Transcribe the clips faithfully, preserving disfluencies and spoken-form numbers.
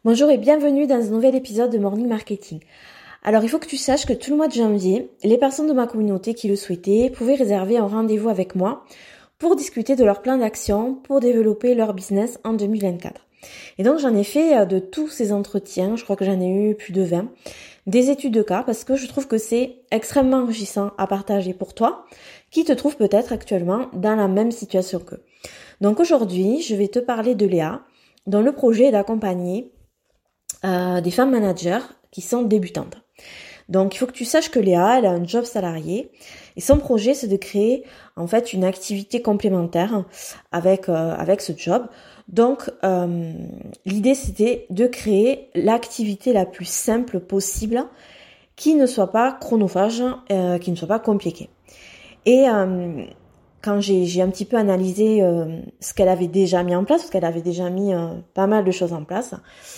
Bonjour et bienvenue dans un nouvel épisode de Morning Marketing. Alors il faut que tu saches que tout le mois de janvier, les personnes de ma communauté qui le souhaitaient pouvaient réserver un rendez-vous avec moi pour discuter de leur plan d'action pour développer leur business en deux mille vingt-quatre. Et donc j'en ai fait de tous ces entretiens, je crois que j'en ai eu plus de vingt, des études de cas parce que je trouve que c'est extrêmement enrichissant à partager pour toi qui te trouve peut-être actuellement dans la même situation qu'eux. Donc aujourd'hui, je vais te parler de Léa, dont le projet est d'accompagner Euh, des femmes managers qui sont débutantes. Donc il faut que tu saches que Léa, elle a un job salarié et son projet c'est de créer en fait une activité complémentaire avec euh, avec ce job. Donc euh, l'idée c'était de créer l'activité la plus simple possible qui ne soit pas chronophage, euh, qui ne soit pas compliquée. Et euh, quand j'ai, j'ai un petit peu analysé euh, ce qu'elle avait déjà mis en place, parce qu'elle avait déjà mis euh, pas mal de choses en place,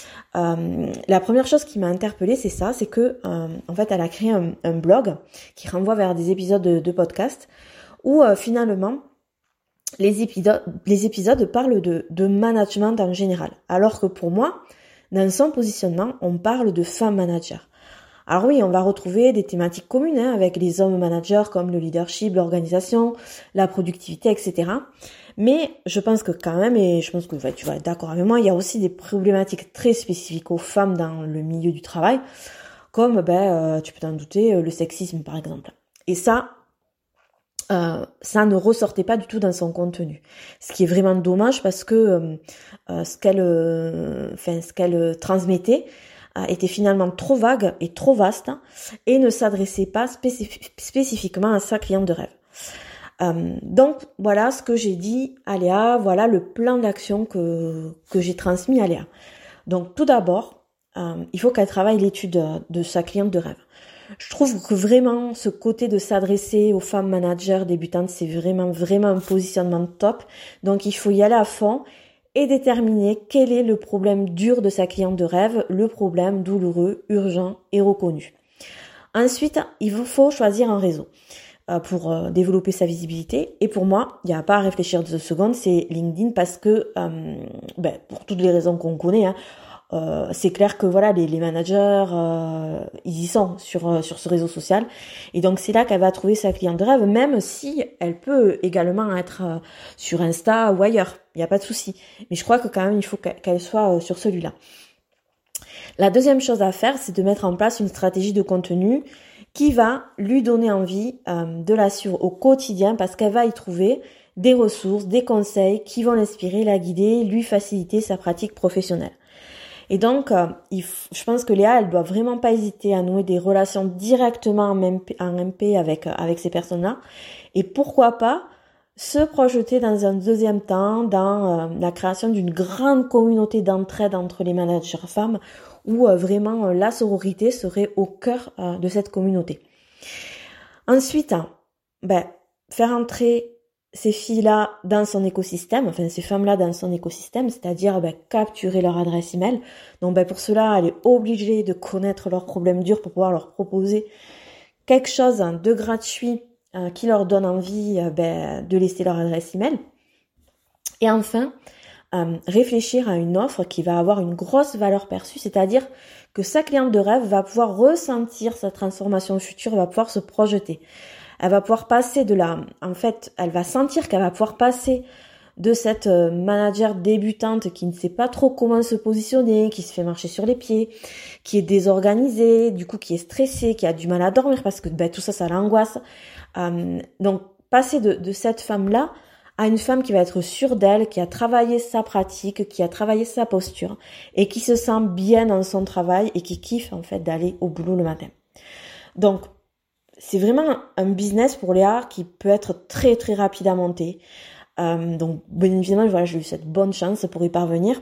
Euh, la première chose qui m'a interpellée, c'est ça, c'est que euh, en fait, elle a créé un, un blog qui renvoie vers des épisodes de, de podcast où euh, finalement les épisodes, les épisodes parlent de, de management en général, alors que pour moi, dans son positionnement, on parle de femmes managers. Alors oui, on va retrouver des thématiques communes hein, avec les hommes managers comme le leadership, l'organisation, la productivité, et cetera. Mais je pense que quand même, et je pense que tu vas être d'accord avec moi, il y a aussi des problématiques très spécifiques aux femmes dans le milieu du travail, comme, ben, euh, tu peux t'en douter, le sexisme par exemple. Et ça, euh, ça ne ressortait pas du tout dans son contenu. Ce qui est vraiment dommage parce que euh, ce qu'elle, euh, enfin, ce qu'elle transmettait euh, était finalement trop vague et trop vaste et ne s'adressait pas spécif- spécifiquement à sa cliente de rêve. Euh, donc voilà ce que j'ai dit à Léa, voilà le plan d'action que que j'ai transmis à Léa. Donc tout d'abord, euh, il faut qu'elle travaille l'étude de, de sa cliente de rêve. Je trouve que vraiment ce côté de s'adresser aux femmes managers débutantes, c'est vraiment vraiment un positionnement top. Donc il faut y aller à fond et déterminer quel est le problème dur de sa cliente de rêve, le problème douloureux, urgent et reconnu. Ensuite, il faut choisir un réseau pour euh, développer sa visibilité. Et pour moi, il n'y a pas à réfléchir deux secondes, c'est LinkedIn parce que, euh, ben, pour toutes les raisons qu'on connaît, hein, euh, c'est clair que voilà, les, les managers, euh, ils y sont sur euh, sur ce réseau social. Et donc c'est là qu'elle va trouver sa cliente de rêve, même si elle peut également être euh, sur Insta ou ailleurs. Il n'y a pas de souci. Mais je crois que quand même, il faut qu'elle soit euh, sur celui-là. La deuxième chose à faire, c'est de mettre en place une stratégie de contenu qui va lui donner envie euh, de la suivre au quotidien parce qu'elle va y trouver des ressources, des conseils qui vont l'inspirer, la guider, lui faciliter sa pratique professionnelle. Et donc, euh, il f- je pense que Léa, elle doit vraiment pas hésiter à nouer des relations directement en M P, en M P avec, avec ces personnes-là. Et pourquoi pas se projeter dans un deuxième temps dans euh, la création d'une grande communauté d'entraide entre les managers femmes où euh, vraiment euh, la sororité serait au cœur euh, de cette communauté. Ensuite, hein, ben, faire entrer ces filles-là dans son écosystème, enfin ces femmes-là dans son écosystème, c'est-à-dire ben, capturer leur adresse email. Donc ben, pour cela, elle est obligée de connaître leurs problèmes durs pour pouvoir leur proposer quelque chose de gratuit euh, qui leur donne envie euh, ben, de laisser leur adresse email. Et enfin, euh, réfléchir à une offre qui va avoir une grosse valeur perçue, c'est-à-dire que sa cliente de rêve va pouvoir ressentir sa transformation future, va pouvoir se projeter. Elle va pouvoir passer de la... En fait, elle va sentir qu'elle va pouvoir passer de cette manager débutante qui ne sait pas trop comment se positionner, qui se fait marcher sur les pieds, qui est désorganisée, du coup qui est stressée, qui a du mal à dormir parce que ben, tout ça, ça l'angoisse. Euh, donc, passer de, de cette femme-là à une femme qui va être sûre d'elle, qui a travaillé sa pratique, qui a travaillé sa posture et qui se sent bien dans son travail et qui kiffe en fait d'aller au boulot le matin. Donc, c'est vraiment un business pour Léa qui peut être très très rapide à monter. Euh, donc, bien évidemment, voilà, j'ai eu cette bonne chance pour y parvenir.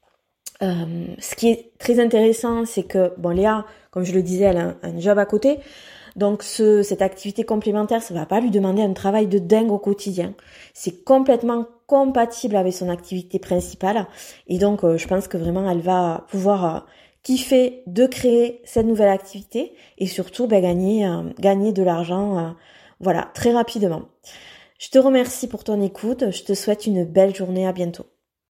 Euh, ce qui est très intéressant, c'est que, bon, Léa, comme je le disais, elle a un, un job à côté. Donc, ce, cette activité complémentaire, ça va pas lui demander un travail de dingue au quotidien. C'est complètement compatible avec son activité principale. Et donc, euh, je pense que vraiment, elle va pouvoir euh, kiffer de créer cette nouvelle activité et surtout, ben, gagner, euh, gagner de l'argent, euh, voilà, très rapidement. Je te remercie pour ton écoute. Je te souhaite une belle journée. À bientôt.